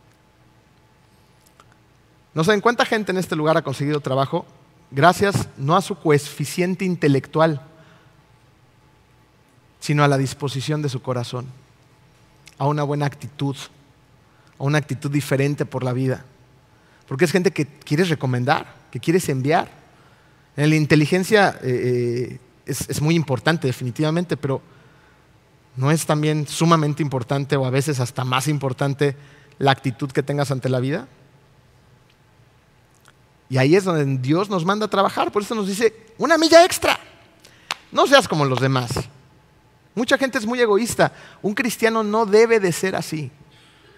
¿No saben cuánta gente en este lugar ha conseguido trabajo gracias no a su coeficiente intelectual, sino a la disposición de su corazón, a una buena actitud, a una actitud diferente por la vida? Porque es gente que quieres recomendar, que quieres enviar. En la inteligencia es muy importante definitivamente, pero ¿no es también sumamente importante o a veces hasta más importante la actitud que tengas ante la vida? Y ahí es donde Dios nos manda a trabajar. Por eso nos dice, una milla extra. No seas como los demás. Mucha gente es muy egoísta. Un cristiano no debe de ser así.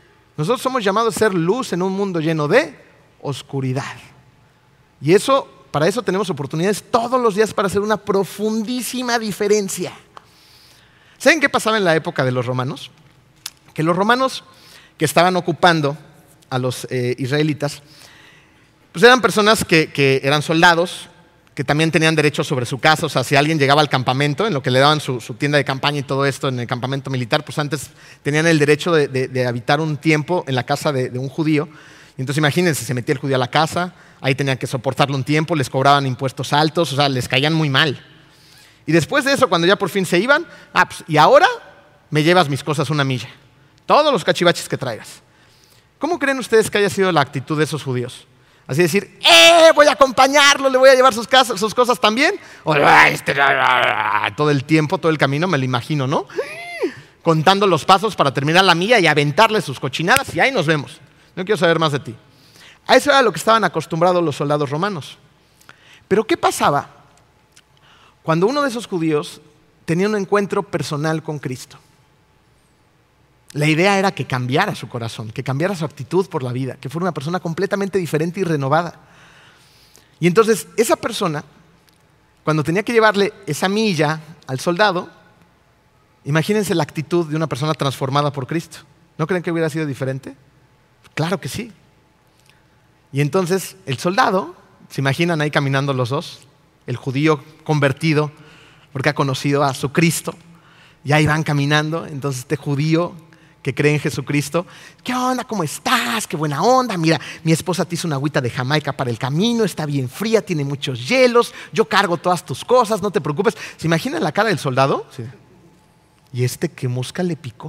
Nosotros somos llamados a ser luz en un mundo lleno de oscuridad. Y eso para eso tenemos oportunidades todos los días para hacer una profundísima diferencia. ¿Saben qué pasaba en la época de los romanos? Que los romanos que estaban ocupando a los israelitas, pues eran personas que eran soldados, que también tenían derechos sobre su casa. O sea, si alguien llegaba al campamento, en lo que le daban su tienda de campaña y todo esto en el campamento militar, pues antes tenían el derecho de habitar un tiempo en la casa de un judío. Y entonces imagínense, se metía el judío a la casa, ahí tenían que soportarlo un tiempo, les cobraban impuestos altos, o sea, les caían muy mal. Y después de eso, cuando ya por fin se iban, pues, y ahora me llevas mis cosas una milla. Todos los cachivaches que traigas. ¿Cómo creen ustedes que haya sido la actitud de esos judíos? Así decir, voy a acompañarlo, le voy a llevar sus cosas también. O todo el tiempo, todo el camino, me lo imagino, ¿no? Contando los pasos para terminar la milla y aventarle sus cochinadas y ahí nos vemos. No quiero saber más de ti. A eso era lo que estaban acostumbrados los soldados romanos. Pero ¿qué pasaba cuando uno de esos judíos tenía un encuentro personal con Cristo? La idea era que cambiara su corazón, que cambiara su actitud por la vida, que fuera una persona completamente diferente y renovada. Y entonces esa persona, cuando tenía que llevarle esa milla al soldado, imagínense la actitud de una persona transformada por Cristo. ¿No creen que hubiera sido diferente? Claro que sí. Y entonces el soldado, ¿se imaginan ahí caminando los dos? El judío convertido, porque ha conocido a su Cristo, y ahí van caminando. Entonces este judío que cree en Jesucristo, ¿qué onda? ¿Cómo estás? ¡Qué buena onda! Mira, mi esposa te hizo una agüita de Jamaica para el camino, está bien fría, tiene muchos hielos, yo cargo todas tus cosas, no te preocupes. ¿Se imaginan la cara del soldado? Sí. ¿Y qué mosca le picó?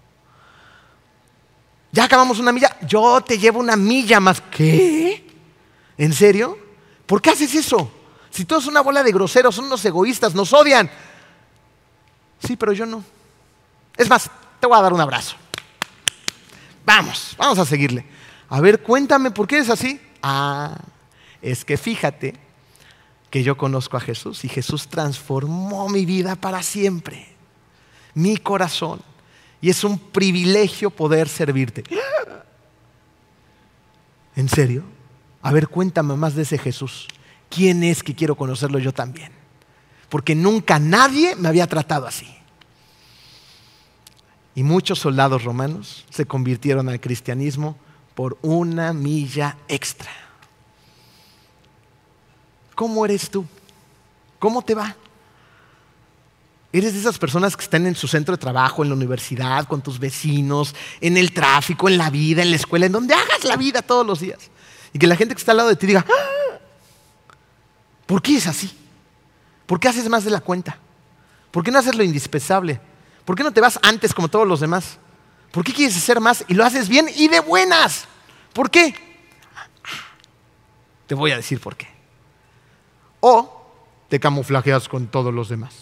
Ya acabamos una milla, yo te llevo una milla más. ¿Qué? ¿En serio? ¿Por qué haces eso? Si todos son una bola de groseros, son unos egoístas, nos odian. Sí, pero yo no. Es más, te voy a dar un abrazo. Vamos a seguirle. A ver, cuéntame, ¿por qué es así? Es que fíjate que yo conozco a Jesús y Jesús transformó mi vida para siempre, mi corazón. Y es un privilegio poder servirte. ¿En serio? A ver, cuéntame más de ese Jesús. ¿Quién es que quiero conocerlo yo también? Porque nunca nadie me había tratado así. Y muchos soldados romanos se convirtieron al cristianismo por una milla extra. ¿Cómo eres tú? ¿Cómo te va? ¿Eres de esas personas que están en su centro de trabajo, en la universidad, con tus vecinos, en el tráfico, en la vida, en la escuela, en donde hagas la vida todos los días? Y que la gente que está al lado de ti diga, ¿por qué es así? ¿Por qué haces más de la cuenta? ¿Por qué no haces lo indispensable? ¿Por qué no te vas antes como todos los demás? ¿Por qué quieres hacer más y lo haces bien y de buenas? ¿Por qué? Te voy a decir por qué. O te camuflajeas con todos los demás.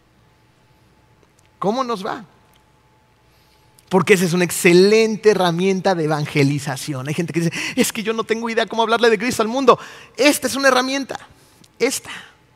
¿Cómo nos va? Porque esa es una excelente herramienta de evangelización. Hay gente que dice, es que yo no tengo idea cómo hablarle de Cristo al mundo. Esta es una herramienta. Esta.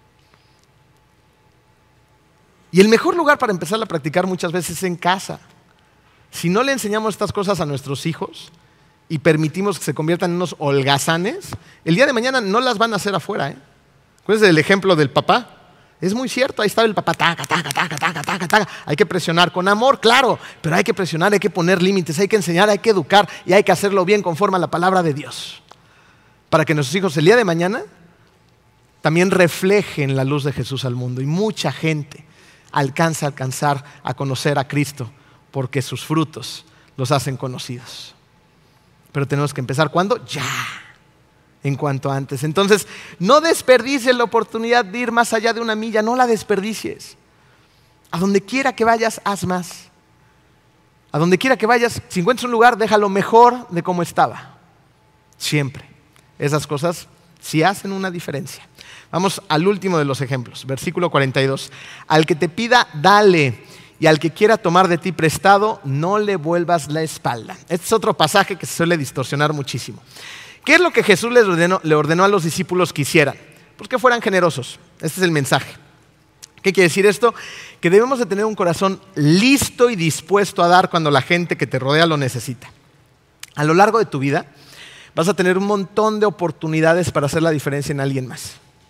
Y el mejor lugar para empezarla a practicar muchas veces es en casa. Si no le enseñamos estas cosas a nuestros hijos y permitimos que se conviertan en unos holgazanes, el día de mañana no las van a hacer afuera. Acuérdense del ejemplo del papá. Es muy cierto, ahí estaba el papá, taca, taca, taca, taca, taca, taca. Hay que presionar con amor, claro, pero hay que presionar, hay que poner límites, hay que enseñar, hay que educar y hay que hacerlo bien conforme a la palabra de Dios. Para que nuestros hijos el día de mañana también reflejen la luz de Jesús al mundo. Y mucha gente alcanzar a conocer a Cristo porque sus frutos los hacen conocidos. Pero tenemos que empezar, ¿cuándo? Ya, en cuanto antes. Entonces, no desperdicies la oportunidad de ir más allá de una milla, no la desperdicies. A donde quiera que vayas, haz más. A donde quiera que vayas, si encuentras un lugar, déjalo mejor de como estaba. Siempre. Esas cosas sí hacen una diferencia. Vamos al último de los ejemplos, versículo 42. Al que te pida, dale, y al que quiera tomar de ti prestado, no le vuelvas la espalda. Este es otro pasaje que se suele distorsionar muchísimo. ¿Qué es lo que Jesús le ordenó a los discípulos que hicieran? Pues que fueran generosos. Este es el mensaje. ¿Qué quiere decir esto? Que debemos de tener un corazón listo y dispuesto a dar cuando la gente que te rodea lo necesita. A lo largo de tu vida vas a tener un montón de oportunidades para hacer la diferencia en alguien más.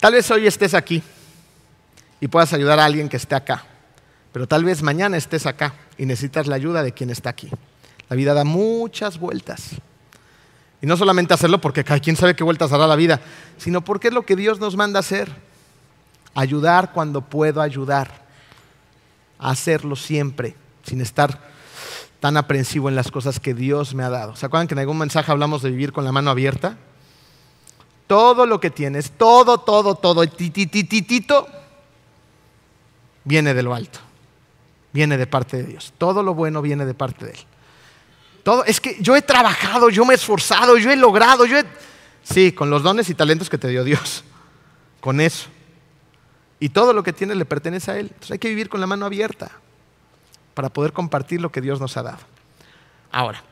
Tal vez hoy estés aquí y puedas ayudar a alguien que esté acá, pero tal vez mañana estés acá y necesitas la ayuda de quien está aquí. La vida da muchas vueltas. Y no solamente hacerlo porque quién sabe qué vueltas dará la vida, sino porque es lo que Dios nos manda hacer. Ayudar cuando puedo ayudar. Hacerlo siempre, sin estar tan aprensivo en las cosas que Dios me ha dado. ¿Se acuerdan que en algún mensaje hablamos de vivir con la mano abierta? Todo lo que tienes, todo, titititito, viene de lo alto. Viene de parte de Dios. Todo lo bueno viene de parte de Él. Todo, es que yo he trabajado, yo me he esforzado, yo he logrado, Sí, con los dones y talentos que te dio Dios. Con eso. Y todo lo que tienes le pertenece a Él. Entonces hay que vivir con la mano abierta para poder compartir lo que Dios nos ha dado. Ahora,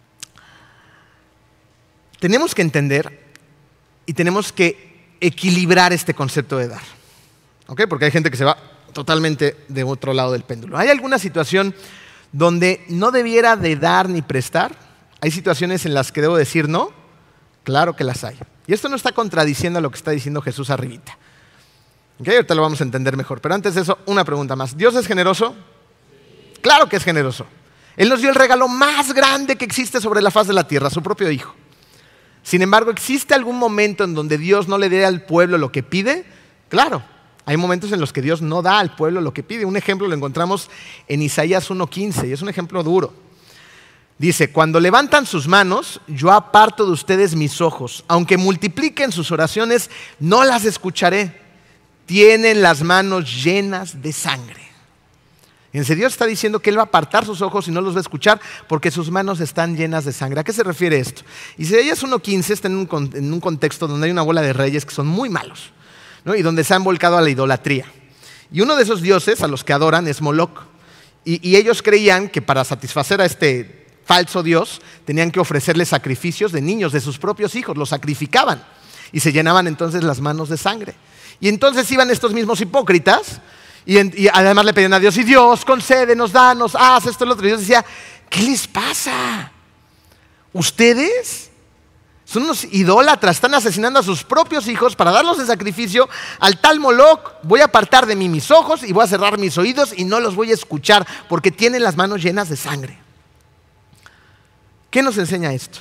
tenemos que entender y tenemos que equilibrar este concepto de dar. ¿Ok? Porque hay gente que se va totalmente de otro lado del péndulo. ¿Hay alguna situación donde no debiera de dar ni prestar? ¿Hay situaciones en las que debo decir no? Claro que las hay. Y esto no está contradiciendo a lo que está diciendo Jesús arribita. ¿Okay? Ahorita lo vamos a entender mejor. Pero antes de eso, una pregunta más. ¿Dios es generoso? Claro que es generoso. Él nos dio el regalo más grande que existe sobre la faz de la tierra, su propio Hijo. Sin embargo, ¿existe algún momento en donde Dios no le dé al pueblo lo que pide? Claro. Hay momentos en los que Dios no da al pueblo lo que pide. Un ejemplo lo encontramos en Isaías 1:15 y es un ejemplo duro. Dice, cuando levantan sus manos, yo aparto de ustedes mis ojos. Aunque multipliquen sus oraciones, no las escucharé. Tienen las manos llenas de sangre. En serio, Dios está diciendo que Él va a apartar sus ojos y no los va a escuchar porque sus manos están llenas de sangre. ¿A qué se refiere esto? Isaías 1:15 está en un contexto donde hay una bola de reyes que son muy malos, ¿no? Y donde se han volcado a la idolatría. Y uno de esos dioses a los que adoran es Moloc. Y ellos creían que para satisfacer a este falso dios tenían que ofrecerle sacrificios de niños, de sus propios hijos. Los sacrificaban y se llenaban entonces las manos de sangre. Y entonces iban estos mismos hipócritas y además le pedían a Dios, y Dios, concédenos, danos, haz esto y lo otro. Y Dios decía, ¿qué les pasa? ¿Ustedes? Son unos idólatras, están asesinando a sus propios hijos para darlos de sacrificio al tal Moloc. Voy a apartar de mí mis ojos y voy a cerrar mis oídos y no los voy a escuchar porque tienen las manos llenas de sangre. ¿Qué nos enseña esto?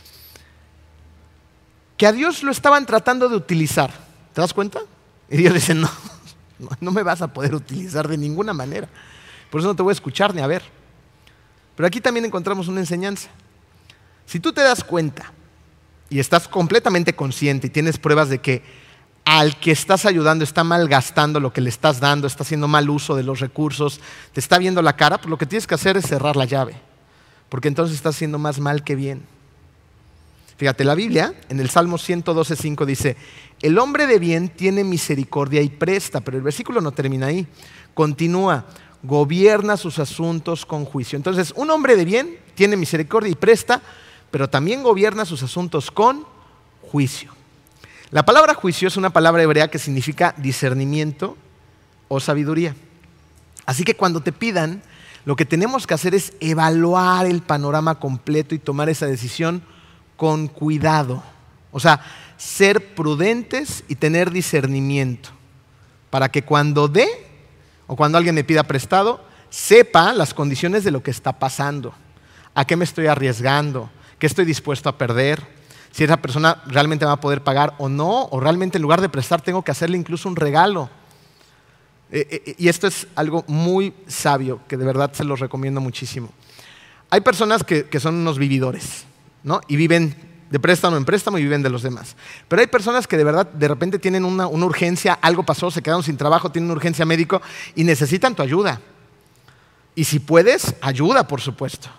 Que a Dios lo estaban tratando de utilizar. ¿Te das cuenta? Y Dios dice, no me vas a poder utilizar de ninguna manera. Por eso no te voy a escuchar ni a ver. Pero aquí también encontramos una enseñanza. Si tú te das cuenta y estás completamente consciente y tienes pruebas de que al que estás ayudando está malgastando lo que le estás dando, está haciendo mal uso de los recursos, te está viendo la cara, pues lo que tienes que hacer es cerrar la llave, porque entonces estás haciendo más mal que bien. Fíjate, la Biblia en el Salmo 112:5 dice, el hombre de bien tiene misericordia y presta, pero el versículo no termina ahí, continúa, gobierna sus asuntos con juicio. Entonces, un hombre de bien tiene misericordia y presta, pero también gobierna sus asuntos con juicio. La palabra juicio es una palabra hebrea que significa discernimiento o sabiduría. Así que cuando te pidan, lo que tenemos que hacer es evaluar el panorama completo y tomar esa decisión con cuidado. O sea, ser prudentes y tener discernimiento para que cuando dé o cuando alguien me pida prestado, sepa las condiciones de lo que está pasando, a qué me estoy arriesgando, qué estoy dispuesto a perder, si esa persona realmente va a poder pagar o no, o realmente en lugar de prestar tengo que hacerle incluso un regalo. Y esto es algo muy sabio, que de verdad se los recomiendo muchísimo. Hay personas que son unos vividores, ¿no? Y viven de préstamo en préstamo y viven de los demás. Pero hay personas que de verdad de repente tienen una urgencia, algo pasó, se quedaron sin trabajo, tienen una urgencia médica y necesitan tu ayuda. Y si puedes, ayuda, por supuesto.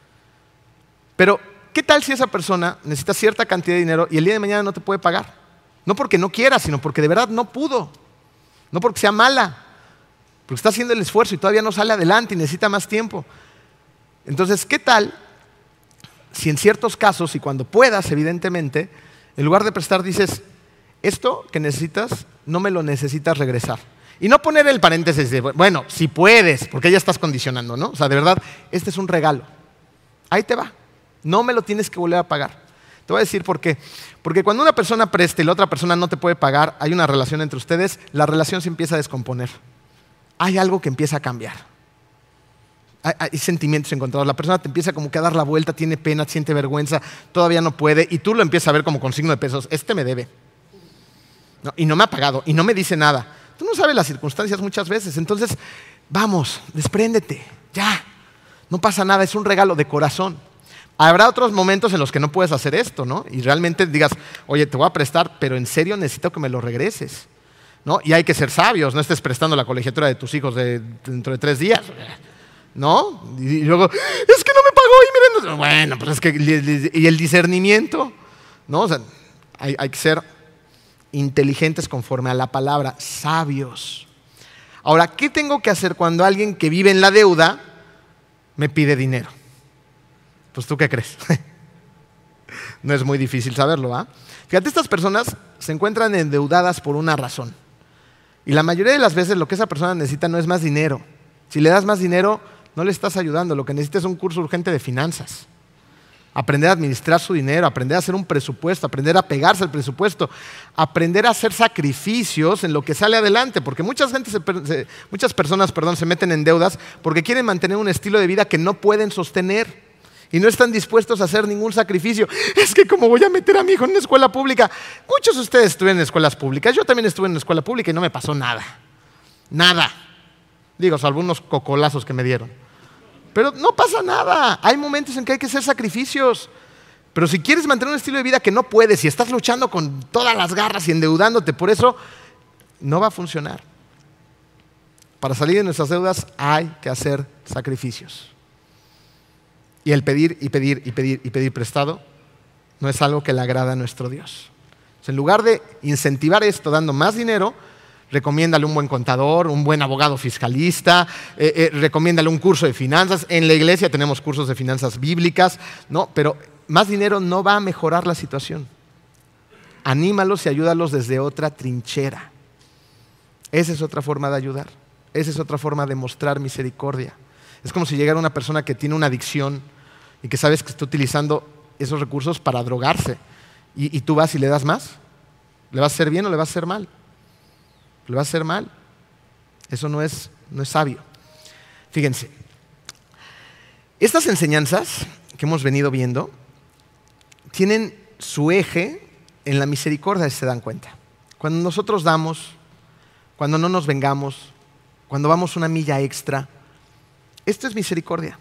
Pero, ¿qué tal si esa persona necesita cierta cantidad de dinero y el día de mañana no te puede pagar? No porque no quiera, sino porque de verdad no pudo. No porque sea mala, porque está haciendo el esfuerzo y todavía no sale adelante y necesita más tiempo. Entonces, ¿qué tal si en ciertos casos y cuando puedas, evidentemente, en lugar de prestar dices, esto que necesitas, no me lo necesitas regresar? Y no poner el paréntesis de, bueno, si puedes, porque ya estás condicionando, ¿no? O sea, de verdad, este es un regalo. Ahí te va. No me lo tienes que volver a pagar. Te voy a decir por qué. Porque cuando una persona presta y la otra persona no te puede pagar, hay una relación entre ustedes, la relación se empieza a descomponer. Hay algo que empieza a cambiar. Hay sentimientos encontrados. La persona te empieza como que a dar la vuelta, tiene pena, siente vergüenza, todavía no puede, y tú lo empiezas a ver como con signo de pesos. Este me debe. No, y no me ha pagado, y no me dice nada. Tú no sabes las circunstancias muchas veces. Entonces, vamos, despréndete, ya. No pasa nada, es un regalo de corazón. Habrá otros momentos en los que no puedes hacer esto, ¿no? Y realmente digas, oye, te voy a prestar, pero en serio necesito que me lo regreses, ¿no? Y hay que ser sabios, no estés prestando la colegiatura de tus hijos dentro de 3 días, ¿no? Y luego, es que no me pagó y miren, bueno, pues es que, y el discernimiento, ¿no? O sea, hay que ser inteligentes conforme a la palabra, sabios. Ahora, ¿qué tengo que hacer cuando alguien que vive en la deuda me pide dinero? Pues ¿tú qué crees? No es muy difícil saberlo, ¿ah? Fíjate, estas personas se encuentran endeudadas por una razón. Y la mayoría de las veces lo que esa persona necesita no es más dinero. Si le das más dinero, no le estás ayudando. Lo que necesita es un curso urgente de finanzas. Aprender a administrar su dinero, aprender a hacer un presupuesto, aprender a pegarse al presupuesto, aprender a hacer sacrificios en lo que sale adelante. Porque muchas personas se meten en deudas porque quieren mantener un estilo de vida que no pueden sostener. Y no están dispuestos a hacer ningún sacrificio. Es que como voy a meter a mi hijo en una escuela pública. Muchos de ustedes estuvieron en escuelas públicas. Yo también estuve en una escuela pública y no me pasó nada. Nada. Digo, salvo unos cocolazos que me dieron. Pero no pasa nada. Hay momentos en que hay que hacer sacrificios. Pero si quieres mantener un estilo de vida que no puedes y estás luchando con todas las garras y endeudándote por eso, no va a funcionar. Para salir de nuestras deudas hay que hacer sacrificios. Y el pedir y pedir y pedir y pedir prestado no es algo que le agrada a nuestro Dios. Entonces, en lugar de incentivar esto dando más dinero, recomiéndale un buen contador, un buen abogado fiscalista, recomiéndale un curso de finanzas. En la iglesia tenemos cursos de finanzas bíblicas, ¿no? Pero más dinero no va a mejorar la situación. Anímalos y ayúdalos desde otra trinchera. Esa es otra forma de ayudar. Esa es otra forma de mostrar misericordia. Es como si llegara una persona que tiene una adicción y que sabes que está utilizando esos recursos para drogarse y tú vas y le das más. ¿Le vas a hacer bien o le vas a hacer mal? Le vas a hacer mal. Eso no es sabio. Fíjense, estas enseñanzas que hemos venido viendo tienen su eje en la misericordia, si se dan cuenta. Cuando nosotros damos, cuando no nos vengamos, cuando vamos una milla extra, esto es misericordia.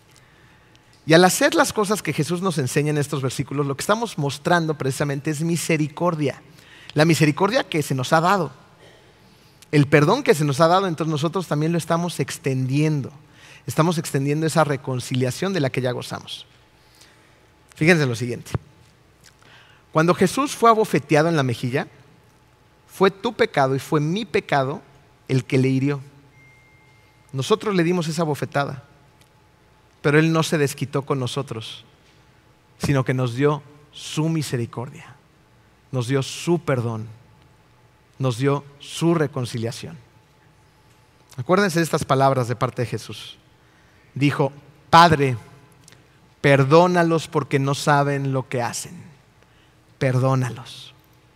Y al hacer las cosas que Jesús nos enseña en estos versículos, lo que estamos mostrando precisamente es misericordia. La misericordia que se nos ha dado. El perdón que se nos ha dado, entonces nosotros también lo estamos extendiendo. Estamos extendiendo esa reconciliación de la que ya gozamos. Fíjense lo siguiente. Cuando Jesús fue abofeteado en la mejilla, fue tu pecado y fue mi pecado el que le hirió. Nosotros le dimos esa bofetada, pero Él no se desquitó con nosotros, sino que nos dio su misericordia, nos dio su perdón, nos dio su reconciliación. Acuérdense de estas palabras de parte de Jesús. Dijo, Padre, perdónalos porque no saben lo que hacen. Perdónalos.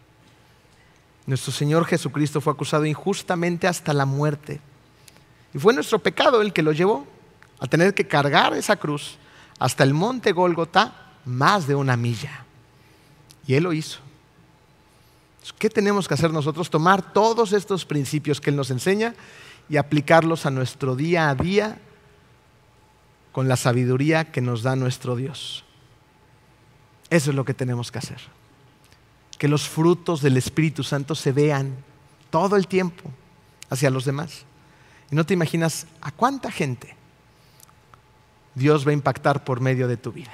Nuestro Señor Jesucristo fue acusado injustamente hasta la muerte. Y fue nuestro pecado el que lo llevó a tener que cargar esa cruz hasta el monte Gólgota más de 1 milla. Y Él lo hizo. ¿Qué tenemos que hacer nosotros? Tomar todos estos principios que Él nos enseña y aplicarlos a nuestro día a día con la sabiduría que nos da nuestro Dios. Eso es lo que tenemos que hacer. Que los frutos del Espíritu Santo se vean todo el tiempo hacia los demás. Y no te imaginas a cuánta gente Dios va a impactar por medio de tu vida.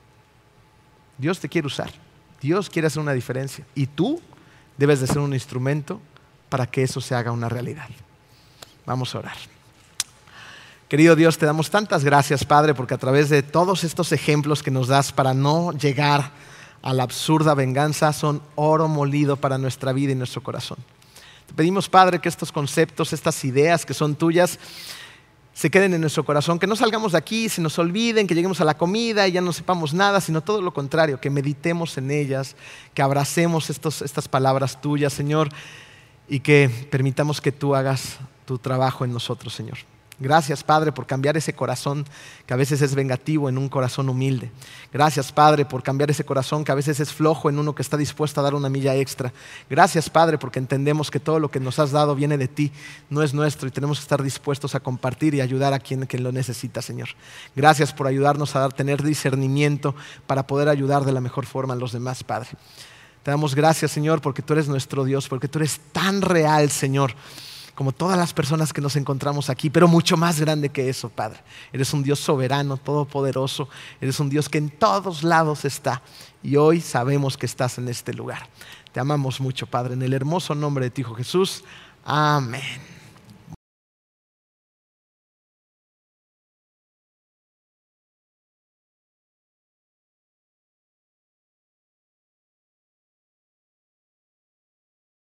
Dios te quiere usar. Dios quiere hacer una diferencia. Y tú debes de ser un instrumento para que eso se haga una realidad. Vamos a orar. Querido Dios, te damos tantas gracias, Padre, porque a través de todos estos ejemplos que nos das para no llegar a la absurda venganza, son oro molido para nuestra vida y nuestro corazón. Te pedimos, Padre, que estos conceptos, estas ideas que son tuyas, se queden en nuestro corazón, que no salgamos de aquí, se nos olviden, que lleguemos a la comida y ya no sepamos nada, sino todo lo contrario, que meditemos en ellas, que abracemos estas palabras tuyas, Señor, y que permitamos que tú hagas tu trabajo en nosotros, Señor. Gracias, Padre, por cambiar ese corazón que a veces es vengativo en un corazón humilde. Gracias, Padre, por cambiar ese corazón que a veces es flojo en uno que está dispuesto a dar una milla extra. Gracias, Padre, porque entendemos que todo lo que nos has dado viene de ti, no es nuestro, y tenemos que estar dispuestos a compartir y ayudar a quien lo necesita, Señor. Gracias por ayudarnos a tener discernimiento para poder ayudar de la mejor forma a los demás, Padre. Te damos gracias, Señor, porque tú eres nuestro Dios, porque tú eres tan real, Señor, como todas las personas que nos encontramos aquí, pero mucho más grande que eso, Padre. Eres un Dios soberano, todopoderoso. Eres un Dios que en todos lados está. Y hoy sabemos que estás en este lugar. Te amamos mucho, Padre. En el hermoso nombre de tu Hijo Jesús. Amén.